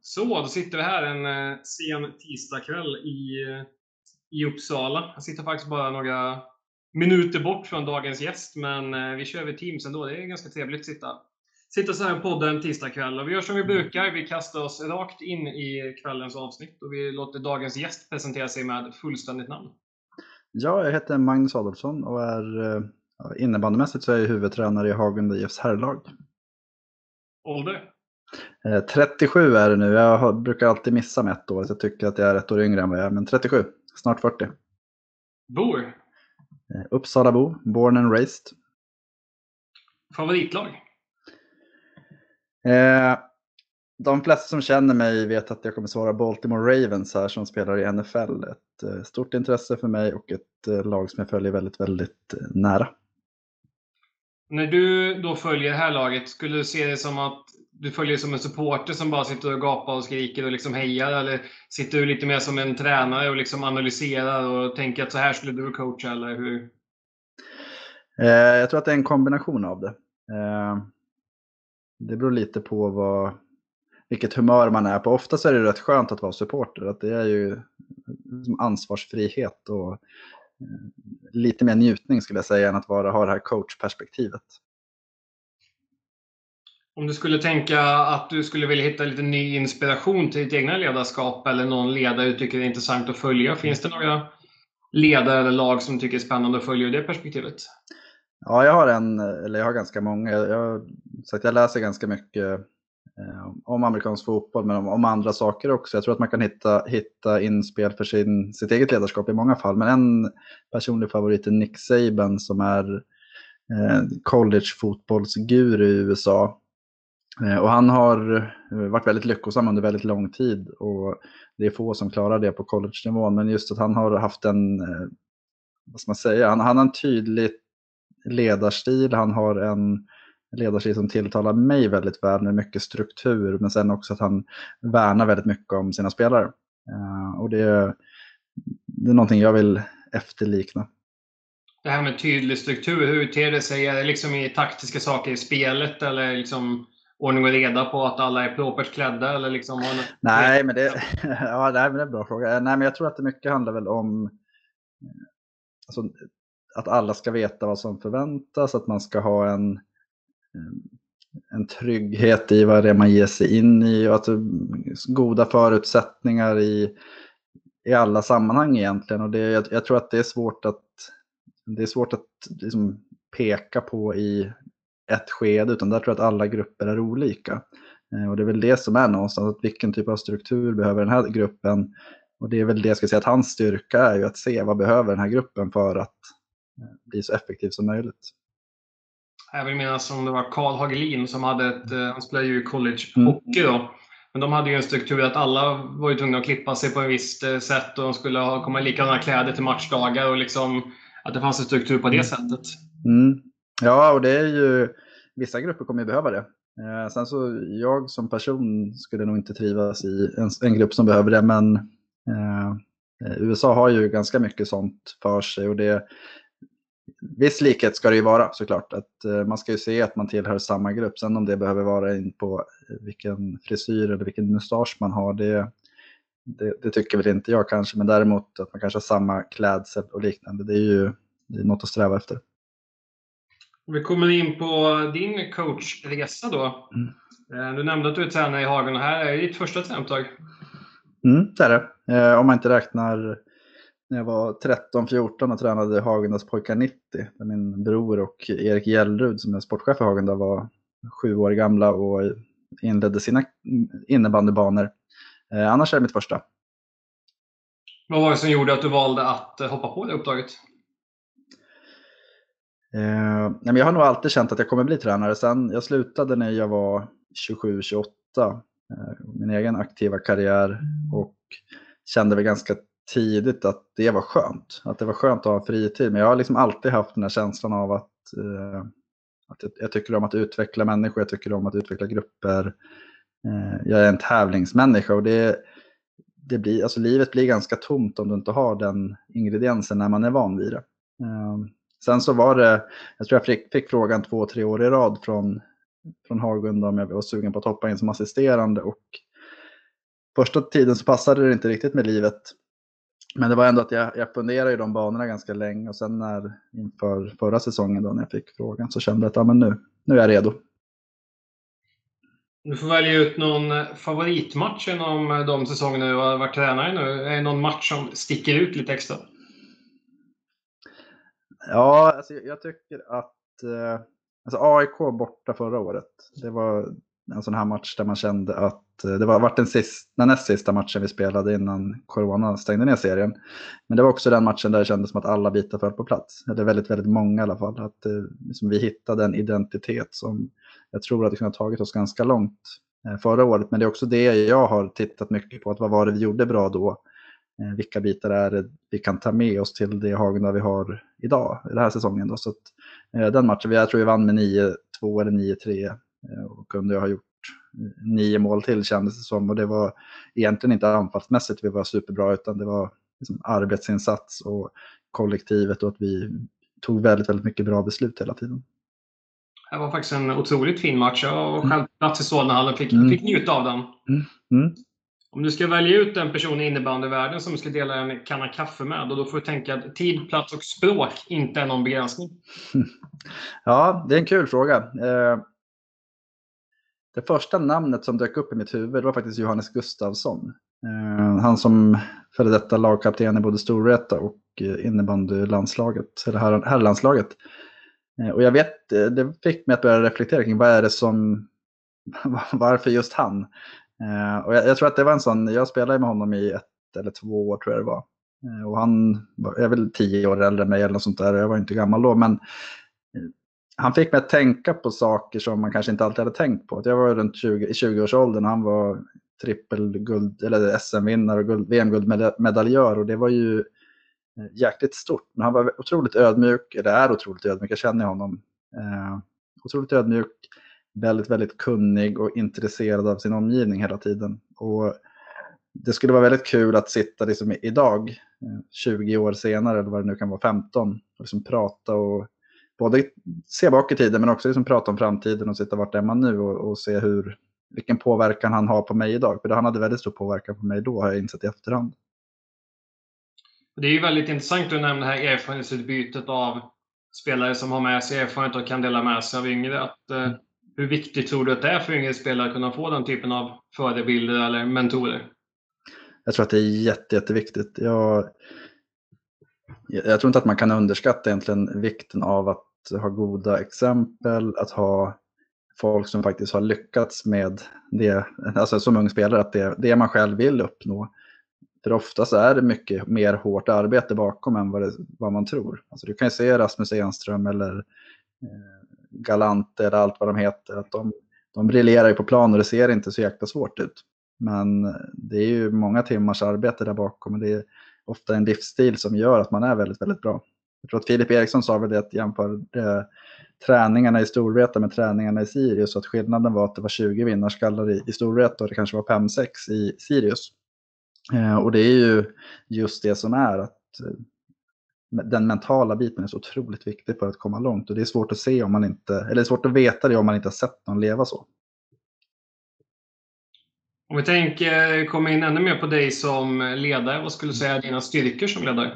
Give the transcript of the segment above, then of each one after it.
Så, då sitter vi här en sen tisdagkväll i Uppsala. Jag sitter faktiskt bara några minuter bort från dagens gäst, men vi kör över Teams ändå. Det är ganska trevligt att sitta så här och podda en tisdagkväll. Och vi gör som vi brukar. Vi kastar oss rakt in i kvällens avsnitt och vi låter dagens gäst presentera sig med fullständigt namn. Ja, jag heter Magnus Adolfsson och är innebandymässigt så är jag huvudtränare i Hagunda IFs herrlag. Ålder? 37 är det nu. Jag brukar alltid missa med ett år, så jag tycker att jag är ett år yngre än vad jag är. Men 37, snart 40. Bor? Uppsalabo, born and raised. Favoritlag? De flesta som känner mig vet att jag kommer svara Baltimore Ravens här, som spelar i NFL. Ett stort intresse för mig och ett lag som jag följer väldigt, väldigt nära. När du då följer det här laget, skulle du se det som att du följer som en supporter som bara sitter och gapar och skriker och liksom hejar? Eller sitter du lite mer som en tränare och liksom analyserar och tänker att så här skulle du coacha, eller hur? Jag tror att det är en kombination av det. Det beror lite på vilket humör man är på. Ofta så är det rätt skönt att vara supporter. Att det är ju ansvarsfrihet och lite mer njutning, skulle jag säga, än att ha det här coachperspektivet. Om du skulle tänka att du skulle vilja hitta lite ny inspiration till ditt egna ledarskap, eller någon ledare du tycker är intressant att följa, finns det några ledare eller lag som du tycker är spännande att följa ur det perspektivet? Ja, jag har ganska många. Jag läser ganska mycket om amerikansk fotboll, men om andra saker också. Jag tror att man kan hitta inspel för sitt eget ledarskap i många fall. Men en personlig favorit är Nick Saban, som är college-fotbollsguru i USA. Och han har varit väldigt lyckosam under väldigt lång tid, och det är få som klarar det på college-nivån. Men just att han har haft vad ska man säga, han har en tydlig ledarstil. Han har en ledarstil som tilltalar mig väldigt väl, med mycket struktur, men sen också att han värnar väldigt mycket om sina spelare. Och det är någonting jag vill efterlikna. Det här med tydlig struktur, hur ter det sig? Är det liksom i taktiska saker i spelet, eller liksom ordning och reda på att alla är propert klädda, eller liksom Nej, men det är en bra fråga. Nej, men jag tror att det mycket handlar väl om att alla ska veta vad som förväntas, att man ska ha en trygghet i vad det är man ger sig in i, och att goda förutsättningar i alla sammanhang egentligen. Och jag tror att det är svårt att liksom peka på i ett skede, utan där tror jag att alla grupper är olika. Och det är väl det som är någonstans, att vilken typ av struktur behöver den här gruppen. Och det är väl det jag ska säga, att hans styrka är ju att se vad behöver den här gruppen för att bli så effektiv som möjligt. Jag vill minnas som det var Carl Hagelin som hade han spelade ju college hockey då. Men de hade ju en struktur att alla var ju tvungna att klippa sig på ett visst sätt, och de skulle komma i likadana kläder till matchdagar, och liksom att det fanns en struktur på det sättet. Ja, och det är ju, vissa grupper kommer ju behöva det. Sen så jag som person skulle nog inte trivas i en grupp som behöver det, men USA har ju ganska mycket sånt för sig, och viss likhet ska det ju vara, såklart. Att man ska ju se att man tillhör samma grupp. Sen om det behöver vara in på vilken frisyr eller vilken mustasch man har, det tycker väl inte jag kanske. Men däremot att man kanske har samma klädsel och liknande, det är något att sträva efter. Vi kommer in på din coachresa då. Du nämnde att du är tränare i Hagen, och här är ditt första tränuppdrag. Det är det. Om man inte räknar när jag var 13-14 och tränade Hagendas pojkar 90. Där min bror och Erik Hjellrud, som är sportchef i Hagenda, var 7 år gamla och inledde sina innebandybanor. Annars är det mitt första. Vad var det som gjorde att du valde att hoppa på det uppdraget? Jag har nog alltid känt att jag kommer bli tränare. Sen jag slutade när jag var 27-28, min egen aktiva karriär, och kände väl ganska tidigt att det var skönt. Att det var skönt att ha fritid. Men jag har liksom alltid haft den här känslan av att jag tycker om att utveckla människor. Jag tycker om att utveckla grupper. Jag är en tävlingsmänniska, och det blir, alltså livet blir ganska tomt om du inte har den ingrediensen när man är van vid det. Sen så var det, jag tror jag fick frågan 2-3 år i rad från Hagunda om jag var sugen på att hoppa in som assisterande, och första tiden så passade det inte riktigt med livet. Men det var ändå att jag funderade i de banorna ganska länge. Och sen inför förra säsongen då när jag fick frågan så kände jag att nu är jag redo. Du får välja ut någon favoritmatch inom de säsongerna du har varit tränare nu. Är det någon match som sticker ut lite extra? Ja, alltså jag tycker att AIK borta förra året. Det var en sån här match där man kände att det var den näst sista matchen vi spelade innan corona stängde ner serien. Men det var också den matchen där det kändes som att alla bitar föll på plats. Eller väldigt, väldigt många i alla fall. Att liksom vi hittade en identitet som jag tror att det kunde ha tagit oss ganska långt förra året. Men det är också det jag har tittat mycket på. Att vad var det vi gjorde bra då? Vilka bitar är det vi kan ta med oss till det Hagunda vi har idag, i den här säsongen. Då. Så att, den matchen, jag tror vi vann med 9-2 eller 9-3 och kunde ha gjort 9 mål till kändes det som. Och det var egentligen inte anfallsmässigt vi var superbra, utan det var liksom arbetsinsats och kollektivet och att vi tog väldigt, väldigt mycket bra beslut hela tiden. Det var faktiskt en otroligt fin match. Jag var själv plats i Solnahallen, fick njuta av den. Om du ska välja ut en person i innebandyvärlden som du ska dela en kanna kaffe med, och då får du tänka att tid, plats och språk inte är någon begränsning. Ja, det är en kul fråga. Det första namnet som dök upp i mitt huvud var faktiskt Johannes Gustafsson. Han som före detta lagkapten i både Storvreta och innebandylandslaget, eller herrlandslaget. Och jag vet, det fick mig att börja reflektera kring vad är det som, varför just han? Och jag tror att det var en sån, jag spelade med honom i 1 eller 2 år tror jag det var. Och han är väl 10 år äldre än mig eller något sånt där, jag var inte gammal då, men han fick mig att tänka på saker som man kanske inte alltid hade tänkt på. Jag var runt 20-årsåldern och han var trippelguld eller SM-vinnare och VM-guldmedaljör, och det var ju jäkligt stort. Men han var otroligt ödmjuk, eller är otroligt ödmjuk, jag känner honom. Otroligt ödmjuk, väldigt, väldigt kunnig och intresserad av sin omgivning hela tiden. Och det skulle vara väldigt kul att sitta liksom idag, 20 år senare, eller vad det nu kan vara, 15, och liksom prata och både se bak i tiden men också liksom prata om framtiden och sitta vart är man nu och se vilken påverkan han har på mig idag. För han hade väldigt stor påverkan på mig då, har jag insett i efterhand. Det är ju väldigt intressant att nämna det här erfarenhetsutbytet av spelare som har med sig erfarenhet och kan dela med sig av yngre. Hur viktigt tror du att det är för yngre spelare att kunna få den typen av förebilder eller mentorer? Jag tror att det är jätteviktigt. Jag tror inte att man kan underskatta egentligen vikten av att ha goda exempel, att ha folk som faktiskt har lyckats med det, alltså som ung spelare, att det man själv vill uppnå. För ofta så är det mycket mer hårt arbete bakom än vad man tror. Alltså du kan ju se Rasmus Enström eller Galante eller allt vad de heter, att de briljerar ju på plan och det ser inte så jäkla svårt ut. Men det är ju många timmars arbete där bakom, och det är ofta en livsstil som gör att man är väldigt, väldigt bra. Jag tror att Filip Eriksson sa väl det, att jämföra träningarna i Storvreta med träningarna i Sirius, så att skillnaden var att det var 20 vinnarskallar i Storvreta och det kanske var 5-6 i Sirius. Och det är ju just det som är att den mentala biten är så otroligt viktig för att komma långt, och det är svårt att se om man inte, eller det är svårt att veta det om man inte har sett någon leva så. Om vi tänker komma in ännu mer på dig som ledare, vad skulle du säga är dina styrkor som ledare?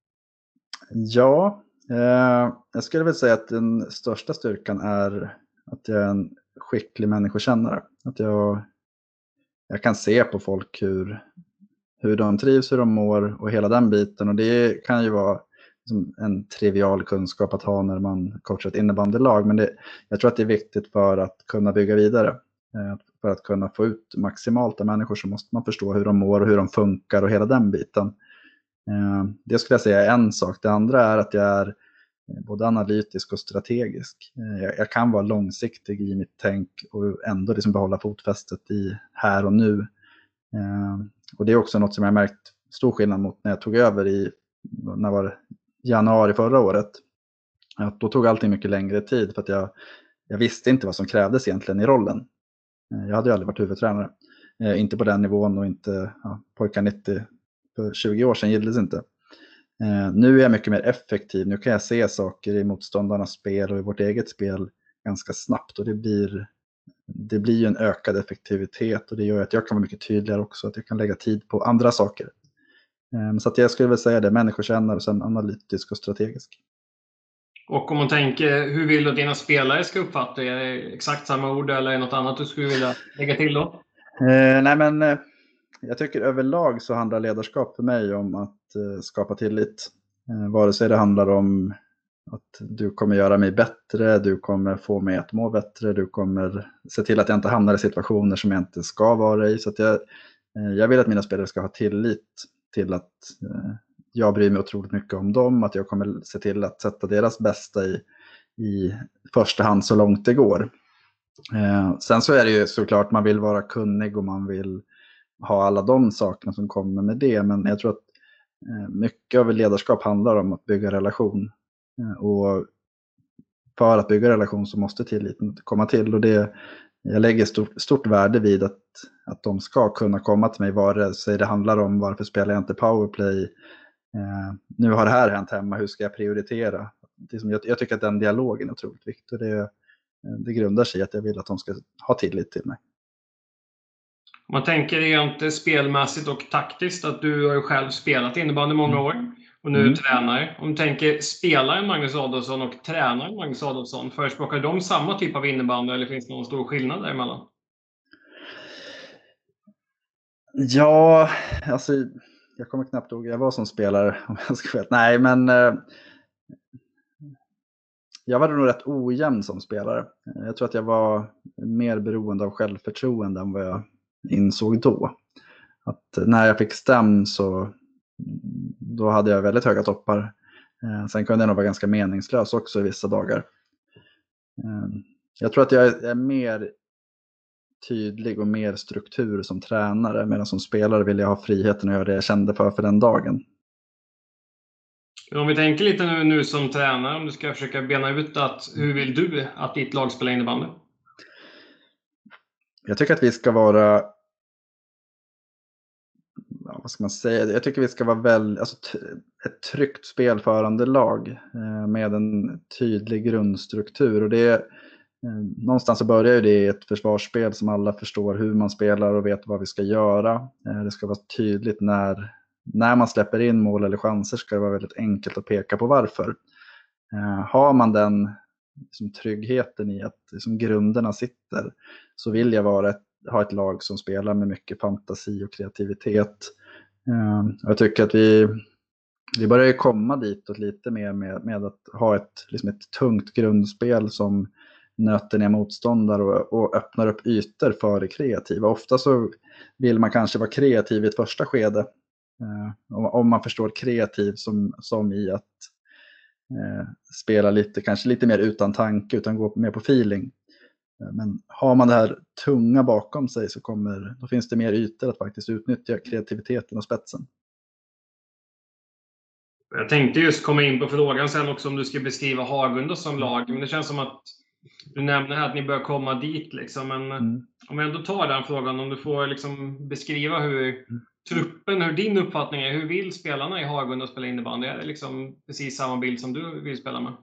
Ja, jag skulle väl säga att den största styrkan är att jag är en skicklig människokännare. Att jag kan se på folk hur de trivs, hur de mår och hela den biten. Och det kan ju vara liksom en trivial kunskap att ha när man coachar ett innebandylag. Men jag tror att det är viktigt för att kunna bygga vidare. För att kunna få ut maximalt av människor så måste man förstå hur de mår och hur de funkar och hela den biten. Det skulle jag säga är en sak. Det andra är att jag är både analytisk och strategisk. Jag kan vara långsiktig i mitt tänk och ändå liksom behålla fotfästet i här och nu. Och det är också något som jag märkt stor skillnad mot när jag tog över när var det? Januari förra året. Att då tog allting mycket längre tid för att jag visste inte vad som krävdes egentligen i rollen. Jag hade ju aldrig varit huvudtränare. Inte på den nivån och inte pojkar 90 för 20 år sedan gillades inte. Nu är jag mycket mer effektiv. Nu kan jag se saker i motståndarnas spel och i vårt eget spel ganska snabbt. Och det blir det blir ju en ökad effektivitet och det gör att jag kan vara mycket tydligare också, att jag kan lägga tid på andra saker. Så att jag skulle väl säga det, människokännare och sen analytisk och strategisk. Och om man tänker, hur vill du att dina spelare ska uppfatta det? Är det exakt samma ord eller är det något annat du skulle vilja lägga till då? Nej men jag tycker överlag så handlar ledarskap för mig om att skapa tillit. Vare sig det handlar om att du kommer göra mig bättre, du kommer få mig att må bättre, du kommer se till att jag inte hamnar i situationer som jag inte ska vara i. Så att jag vill att mina spelare ska ha tillit till att jag bryr mig otroligt mycket om dem, att jag kommer se till att sätta deras bästa i första hand så långt det går. Sen så är det ju såklart, man vill vara kunnig och man vill ha alla de sakerna som kommer med det, men jag tror att mycket av ledarskap handlar om att bygga relation. Och för att bygga relation så måste tilliten komma till, och jag lägger stort värde vid att de ska kunna komma till mig, vare sig det handlar om varför spelar jag inte powerplay, nu har det här hänt hemma, hur ska jag prioritera? Jag tycker att den dialogen är otroligt viktig, och det grundar sig i att jag vill att de ska ha tillit till mig. Om man tänker rent spelmässigt och taktiskt, att du har ju själv spelat innebandy många år och nu tränare. Om du tänker spelaren Magnus Adolfsson och tränaren Magnus Adolfsson, förespråkar de samma typ av innebandy eller finns det någon stor skillnad däremellan? Ja, alltså jag kommer knappt ihåg jag var som spelare, om jag ska veta. Nej, men jag var nog rätt ojämn som spelare. Jag tror att jag var mer beroende av självförtroende än vad jag insåg då. Att när jag fick stäm så då hade jag väldigt höga toppar. Sen kunde jag nog vara ganska meningslös också i vissa dagar. Jag tror att jag är mer tydlig och mer struktur som tränare, medan som spelare vill jag ha friheten att göra det jag kände för den dagen. Om vi tänker lite nu som tränare, om du ska försöka bena ut hur vill du att ditt lag spelar innebandy? Jag tycker att vi ska vara, vad ska man säga? Jag tycker vi ska vara ett tryggt spelförande lag med en tydlig grundstruktur, och någonstans så börjar ju det i ett försvarsspel som alla förstår hur man spelar och vet vad vi ska göra. Det ska vara tydligt när man släpper in mål eller chanser, ska det vara väldigt enkelt att peka på varför. Har man den tryggheten i att grunderna sitter, så vill jag ha ett lag som spelar med mycket fantasi och kreativitet. Jag tycker att vi börjar komma ditåt lite mer med att ha ett tungt grundspel som nöter ner motståndare och öppnar upp ytor för det kreativa. Ofta så vill man kanske vara kreativ i ett första skede. Om man förstår kreativ som i att spela kanske lite mer utan tanke, utan gå mer på feeling. Men har man det här tunga bakom sig så då finns det mer ytor att faktiskt utnyttja kreativiteten och spetsen. Jag tänkte just komma in på frågan sen också om du ska beskriva Hagunda som lag, men det känns som att du nämner här att ni bör komma dit liksom. Men om jag ändå tar den frågan, om du får beskriva hur truppen, hur din uppfattning är, hur vill spelarna i Hagunda spela innebandy? Är det precis samma bild som du vill spela med?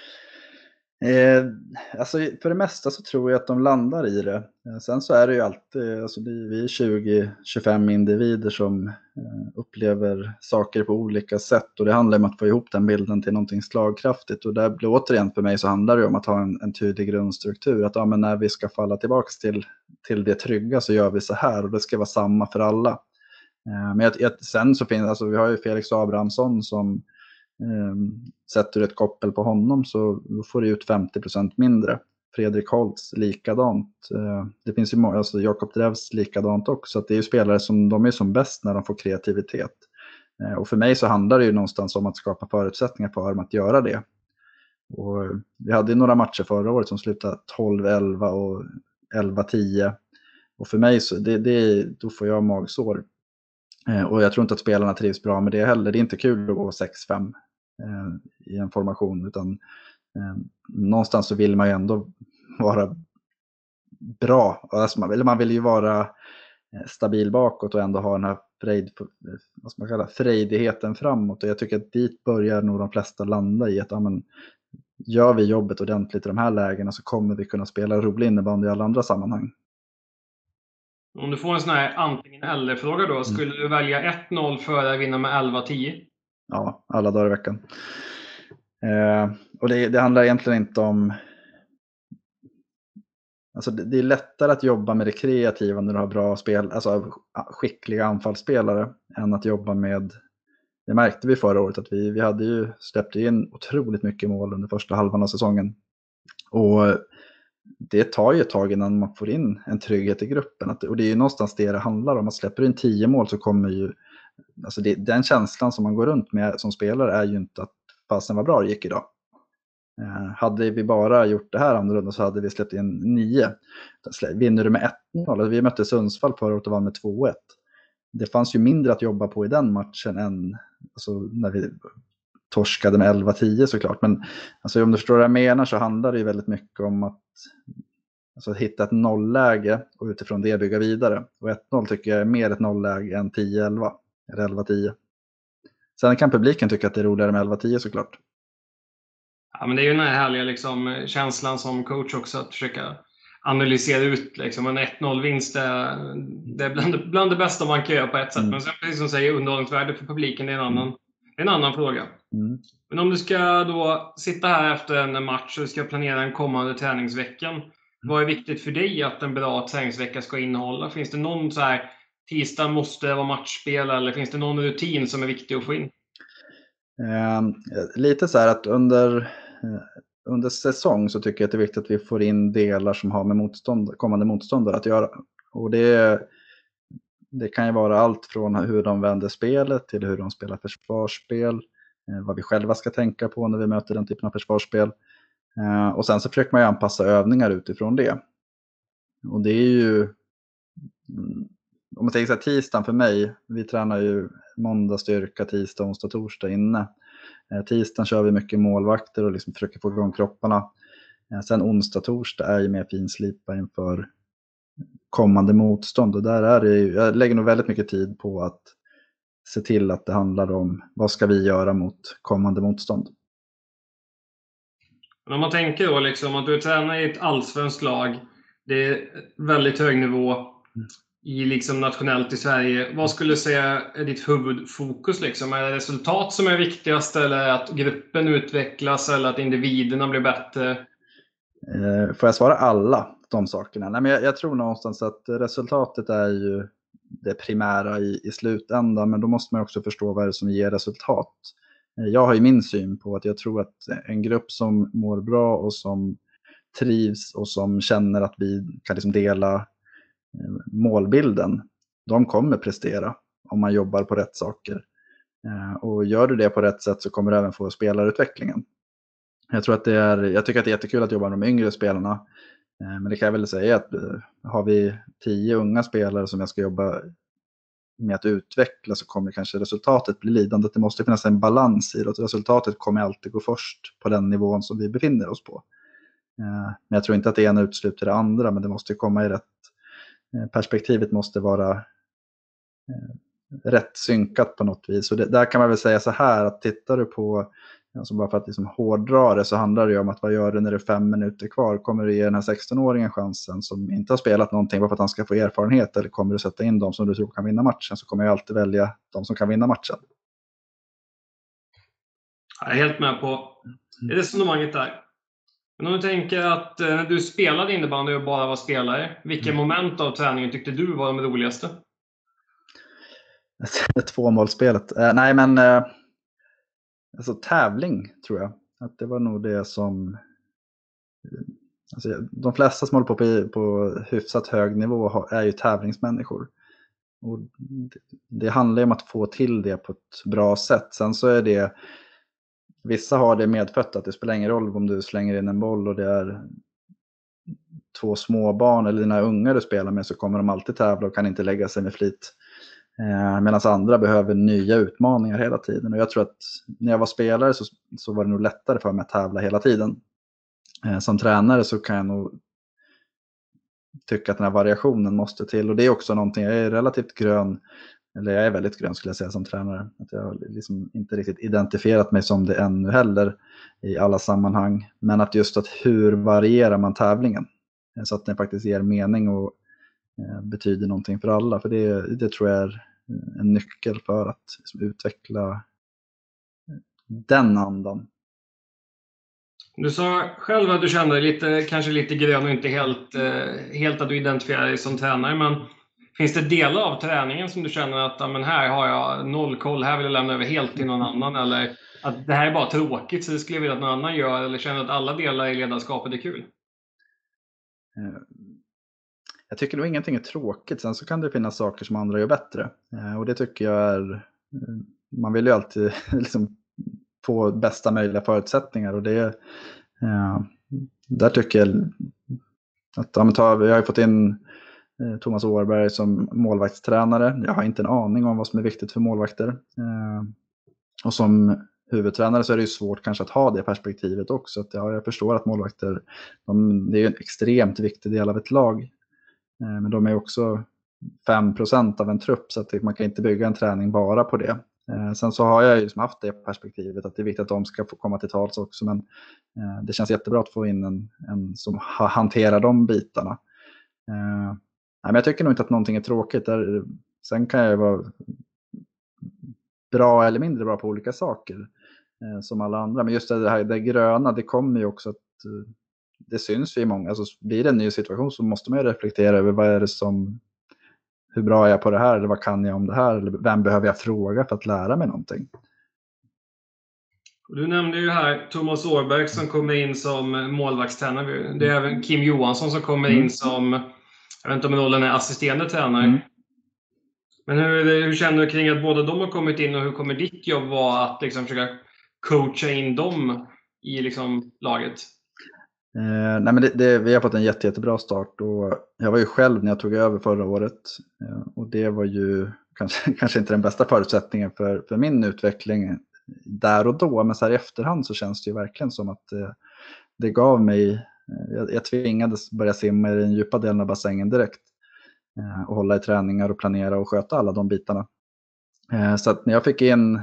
Alltså för det mesta så tror jag att de landar i det. Sen så är det ju alltid, vi är 20-25 individer som upplever saker på olika sätt, och det handlar om att få ihop den bilden till någonting slagkraftigt, och där blir återigen för mig så handlar det om att ha en tydlig grundstruktur, att men när vi ska falla tillbaka till det trygga så gör vi så här, och det ska vara samma för alla. Men sen så finns vi har ju Felix Abrahamsson som sätter du ett koppel på honom så får du ut 50% mindre. Fredrik Holtz likadant. Det finns ju Jakob Drevs likadant också. Att det är ju spelare som de är som bäst när de får kreativitet. Och för mig så handlar det ju någonstans om att skapa förutsättningar för dem att göra det. Och vi hade ju några matcher förra året som slutade 12-11 och 11-10. Och för mig så då får jag magsår. Och jag tror inte att spelarna trivs bra med det heller. Det är inte kul att gå 6-5 i en formation, utan någonstans så vill man ju ändå vara bra. Alltså man vill ju vara stabil bakåt och ändå ha den här frejdigheten framåt. Och jag tycker att dit börjar nog de flesta landa i att gör vi jobbet ordentligt i de här lägena så kommer vi kunna spela rolig innebandy i alla andra sammanhang. Om du får en sån här antingen eller-fråga då, skulle du välja 1-0 före att vinna med 11-10? Ja, alla dagar i veckan. Och det handlar egentligen inte om... Alltså det är lättare att jobba med det kreativa när du har bra spel, alltså skickliga anfallsspelare, än att jobba med... Det märkte vi förra året att vi hade ju släppt in otroligt mycket mål under första halvan av säsongen. Och det tar ju ett tag innan man får in en trygghet i gruppen. Och det är ju någonstans det handlar om. Att släpper du in 10 mål så kommer ju... Alltså den känslan som man går runt med som spelare är ju inte att fasen var bra det gick idag. Hade vi bara gjort det här annorlunda så hade vi släppt in 9. Vinner du med 1-0? Vi mötte Sundsvall förra året och vann med 2-1. Det fanns ju mindre att jobba på i den matchen än alltså, när vi torskade med 11-10 såklart. Men alltså, om du förstår vad jag menar så handlar det ju väldigt mycket om att alltså, hitta ett nollläge och utifrån det bygga vidare. Och 1-0 tycker jag är mer ett nollläge än 10-11 eller 11-10. Sen kan publiken tycka att det är roligare med 11-10 såklart. Ja, men det är ju den här härliga liksom, känslan som coach också att försöka analysera ut liksom, en 1-0-vinst. Det är bland det bästa man kan göra på ett sätt. Men sen, precis som säger, underhållningsvärde för publiken det är en annan fråga. Men om du ska då sitta här efter en match och du ska planera en kommande träningsveckan, vad är viktigt för dig att en bra träningsvecka ska innehålla? Finns det någon så här, tisdag måste vara matchspel, eller finns det någon rutin som är viktig att få in? Lite så här att under säsong så tycker jag att det är viktigt att vi får in delar som har med kommande motståndare att göra. Och det kan ju vara allt från hur de vänder spelet till hur de spelar försvarsspel, vad vi själva ska tänka på när vi möter den typen av försvarsspel. Och sen så försöker man ju anpassa övningar utifrån det. Och det är ju, om man tänker så här, tisdagen för mig, vi tränar ju måndag styrka, tisdag, onsdag, torsdag inne. Tisdagen kör vi mycket målvakter och liksom försöker få igång kropparna. Sen onsdag, torsdag är ju mer finslipa inför kommande motstånd. Och där är det ju, jag lägger nog väldigt mycket tid på att se till att det handlar om vad ska vi göra mot kommande motstånd. Men om man tänker då liksom att du tränar i ett allsvenskt lag, det är väldigt hög nivå i liksom nationellt i Sverige. Vad skulle du säga är ditt huvudfokus? Liksom? Är det resultat som är viktigast, eller att gruppen utvecklas, eller att individerna blir bättre? Får jag svara alla de sakerna? Nej, men jag tror någonstans att resultatet är ju det primära i slutändan, men då måste man också förstå vad det är som ger resultat. Jag har ju min syn på att jag tror att en grupp som mår bra och som trivs och som känner att vi kan liksom dela målbilden, de kommer prestera om man jobbar på rätt saker. Och gör du det på rätt sätt så kommer du även få spelarutvecklingen. Jag tycker att det är jättekul att jobba med de yngre spelarna. Men det kan jag väl säga att har vi 10 unga spelare som jag ska jobba med att utveckla så kommer kanske resultatet bli lidande. Det måste finnas en balans i det. Resultatet kommer alltid gå först på den nivån som vi befinner oss på. Men jag tror inte att det ena utesluter det andra, men det måste komma i rätt. Perspektivet måste vara rätt synkat på något vis. Och där kan man väl säga så här att tittar du på, alltså bara för att liksom hårdra det, så handlar det ju om att vad gör du när det är 5 minuter kvar? Kommer du ge den här 16-åringen chansen som inte har spelat någonting bara för att han ska få erfarenhet, eller kommer du sätta in dem som du tror kan vinna matchen? Så kommer jag alltid välja de som kan vinna matchen. Jag är helt med på det resonemanget där. Men om du tänker att när du spelade innebandy och bara var spelare, vilka moment av träningen tyckte du var de roligaste? 2-målsspelet. Nej, men alltså tävling tror jag. Att det var nog det som... Alltså, de flesta som håller på hyfsat hög nivå är ju tävlingsmänniskor. Och det handlar ju om att få till det på ett bra sätt. Sen så är det... Vissa har det medfött att det spelar ingen roll om du slänger in en boll och det är 2 småbarn eller dina ungar du spelar med, så kommer de alltid tävla och kan inte lägga sig med flit. Medan andra behöver nya utmaningar hela tiden. Och jag tror att när jag var spelare så var det nog lättare för mig att tävla hela tiden. Som tränare så kan jag nog tycka att den här variationen måste till. Och det är också någonting, jag är relativt grön eller jag är väldigt grön skulle jag säga som tränare. Att jag har liksom inte riktigt identifierat mig som det ännu heller i alla sammanhang. Men att just att hur varierar man tävlingen? Så att den faktiskt ger mening och betyder någonting för alla. För det tror jag är en nyckel för att liksom utveckla den andan. Du sa själv att du kände dig kanske lite grön och inte helt att du identifierar dig som tränare. Men finns det delar av träningen som du känner att men här har jag noll koll, här vill jag lämna över helt till någon annan? Eller att det här är bara tråkigt så det skulle jag vilja att någon annan gör? Eller känner att alla delar i ledarskapet är kul? Jag tycker nog ingenting är tråkigt. Sen så kan det finnas saker som andra gör bättre. Och det tycker jag är... Man vill ju alltid liksom få bästa möjliga förutsättningar. Och det där tycker jag att jag har fått in Thomas Åberg som målvaktstränare. Jag har inte en aning om vad som är viktigt för målvakter. Och som huvudtränare så är det ju svårt kanske att ha det perspektivet också. Att, jag förstår att målvakter, det är en extremt viktig del av ett lag. Men de är också 5% av en trupp så att man kan inte bygga en träning bara på det. Sen så har jag ju haft det perspektivet att det är viktigt att de ska få komma till tals också. Men det känns jättebra att få in en som hanterar de bitarna. Men jag tycker nog inte att någonting är tråkigt. Sen kan jag vara bra eller mindre bra på olika saker som alla andra. Men just det här det gröna, det kommer ju också att det syns ju i många. Alltså blir det en ny situation så måste man ju reflektera över vad är det som, hur bra är jag på det här eller vad kan jag om det här eller vem behöver jag fråga för att lära mig någonting. Du nämnde ju här Thomas Åberg som kommer in som målvaktstränare. Det är även Kim Johansson som kommer in som, jag vet inte om rollen är assisterande tränare. Men hur känner du kring att båda de har kommit in och hur kommer ditt jobb vara att liksom försöka coacha in dem i liksom laget? Nej, men vi har fått en jättebra start och jag var ju själv när jag tog över förra året och det var ju kanske inte den bästa förutsättningen för min utveckling där och då, men så här i efterhand så känns det ju verkligen som att det gav mig, jag tvingades börja simma i den djupa delen av bassängen direkt och hålla i träningar och planera och sköta alla de bitarna. Så att när jag fick in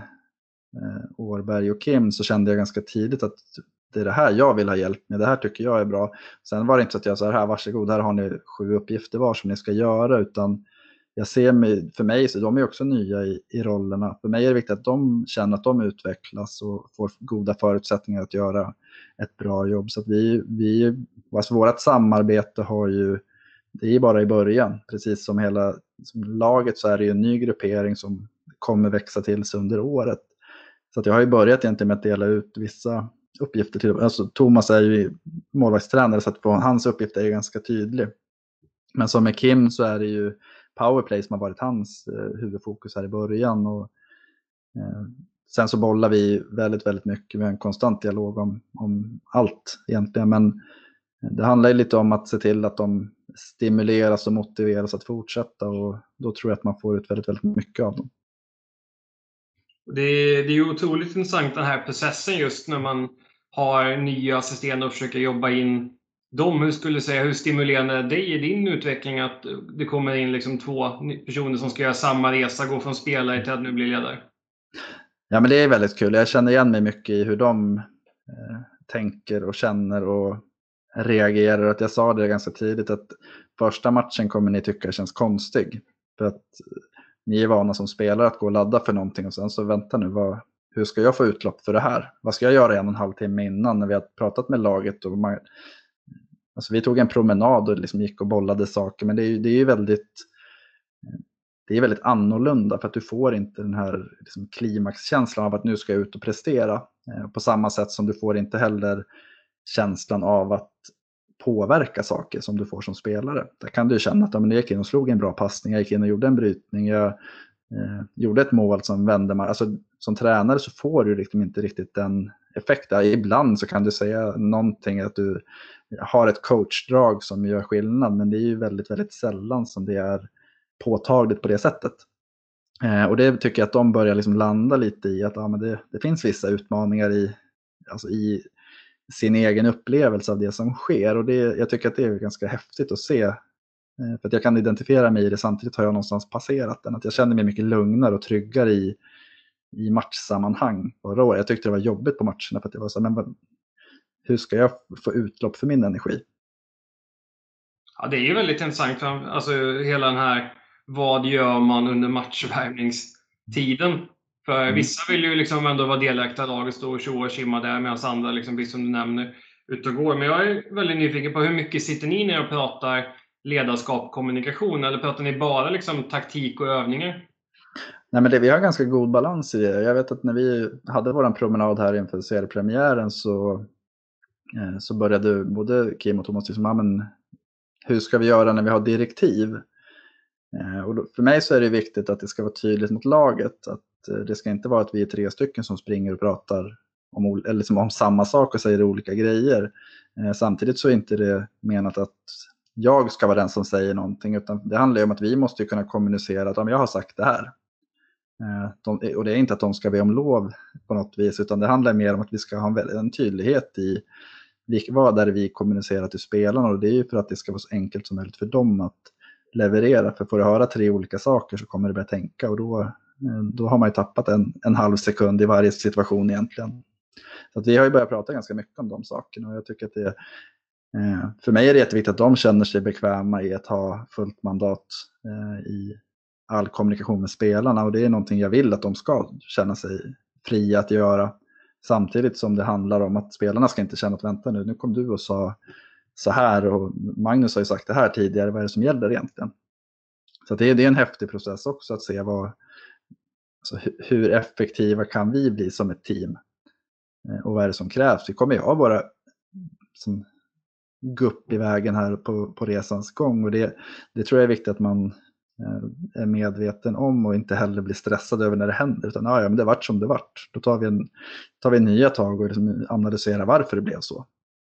Åberg och Kim så kände jag ganska tidigt att det är det här jag vill ha hjälp med, det här tycker jag är bra. Sen var det inte så att jag sa här, varsågod, här har ni 7 uppgifter var som ni ska göra, utan jag ser mig, för mig så de är också nya i rollerna. För mig är det viktigt att de känner att de utvecklas och får goda förutsättningar att göra ett bra jobb. Så att alltså vårt samarbete det är bara i början. Precis som hela laget så är det ju en ny gruppering som kommer växa till sig under året. Så att jag har ju börjat egentligen med att dela ut vissa uppgifter till. Alltså Thomas är ju målvaktstränare så att hans uppgift är ju ganska tydlig. Men som med Kim så är det ju powerplay som har varit hans huvudfokus här i början. Och sen så bollar vi väldigt, väldigt mycket med en konstant dialog om allt egentligen. Men det handlar ju lite om att se till att de stimuleras och motiveras att fortsätta. Och då tror jag att man får ut väldigt, väldigt mycket av dem. Det är ju otroligt intressant den här processen just när man har nya assisterande och försöker jobba in dem. Hur stimulerande är det i din utveckling att det kommer in liksom 2 personer som ska göra samma resa, gå från spelare till att nu bli ledare? Ja, men det är väldigt kul. Jag känner igen mig mycket i hur de tänker och känner och reagerar. Att jag sa det ganska tidigt att första matchen kommer ni tycka känns konstig. För att ni är vana som spelare att gå och ladda för någonting och sen så vänta nu, hur ska jag få utlopp för det här? Vad ska jag göra 1,5 timme innan när vi har pratat med laget? Och alltså vi tog en promenad och liksom gick och bollade saker, men det är ju väldigt annorlunda för att du får inte den här liksom klimaxkänslan av att nu ska jag ut och prestera. På samma sätt som du får inte heller känslan av att påverka saker som du får som spelare. Där kan du känna att jag gick in och slog en bra passning, jag gick in och gjorde en brytning, jag gjorde ett mål som vände mig. Alltså, som tränare så får du liksom inte riktigt den effekten. Ibland så kan du säga någonting att du har ett coachdrag som gör skillnad, men det är ju väldigt, väldigt sällan som det är påtagligt på det sättet. Och det tycker jag att de börjar liksom landa lite i att men det finns vissa utmaningar i sin egen upplevelse av det som sker. Och jag tycker att det är ganska häftigt att se För att jag kan identifiera mig i det, samtidigt har jag någonstans passerat den. Att jag känner mig mycket lugnare och tryggare i matchsammanhang förra året. Jag tyckte det var jobbigt på matcherna för att jag var så här, men hur ska jag få utlopp för min energi? Ja, det är ju väldigt intressant. Alltså hela den här, vad gör man under matchvärmningstiden? För vissa vill ju liksom ändå vara delaktiga i laget, stå och tjoa och kimma där, medan andra, liksom, precis som du nämner, ut och går. Men jag är väldigt nyfiken på hur mycket sitter ni när och pratar ledarskap och kommunikation? Eller pratar ni bara liksom taktik och övningar? Nej, men vi har ganska god balans i det. Jag vet att när vi hade våran promenad här inför seriepremiären så började både Kim och Thomas liksom, men hur ska vi göra när vi har direktiv? Och för mig så är det viktigt att det ska vara tydligt mot laget. Att det ska inte vara att vi är 3 stycken som springer och pratar eller liksom om samma sak och säger olika grejer. Samtidigt så är inte det menat att jag ska vara den som säger någonting, utan det handlar ju om att vi måste kunna kommunicera att jag har sagt det här. Och det är inte att de ska be om lov på något vis, utan det handlar mer om att vi ska ha en tydlighet i vad där vi kommunicerar till spelarna, och det är ju för att det ska vara så enkelt som möjligt för dem att leverera. För får du höra 3 olika saker så kommer du börja tänka, och då har man ju tappat en halv sekund i varje situation egentligen. Så att vi har ju börjat prata ganska mycket om de sakerna, och jag tycker att för mig är det jätteviktigt att de känner sig bekväma i att ha fullt mandat i all kommunikation med spelarna, och det är någonting jag vill att de ska känna sig fria att göra. Samtidigt som det handlar om att spelarna ska inte känna att vänta nu kom du och sa så här, och Magnus har ju sagt det här tidigare, vad är det som gäller egentligen? Så det är en häftig process också att se alltså hur effektiva kan vi bli som ett team, och vad är det som krävs. Vi kommer ju ha våra som gupp i vägen här på resans gång, och det tror jag är viktigt att man är medveten om och inte heller blir stressad över när det händer, utan men det vart som det vart. Då tar vi nya tag och liksom analyserar varför det blev så.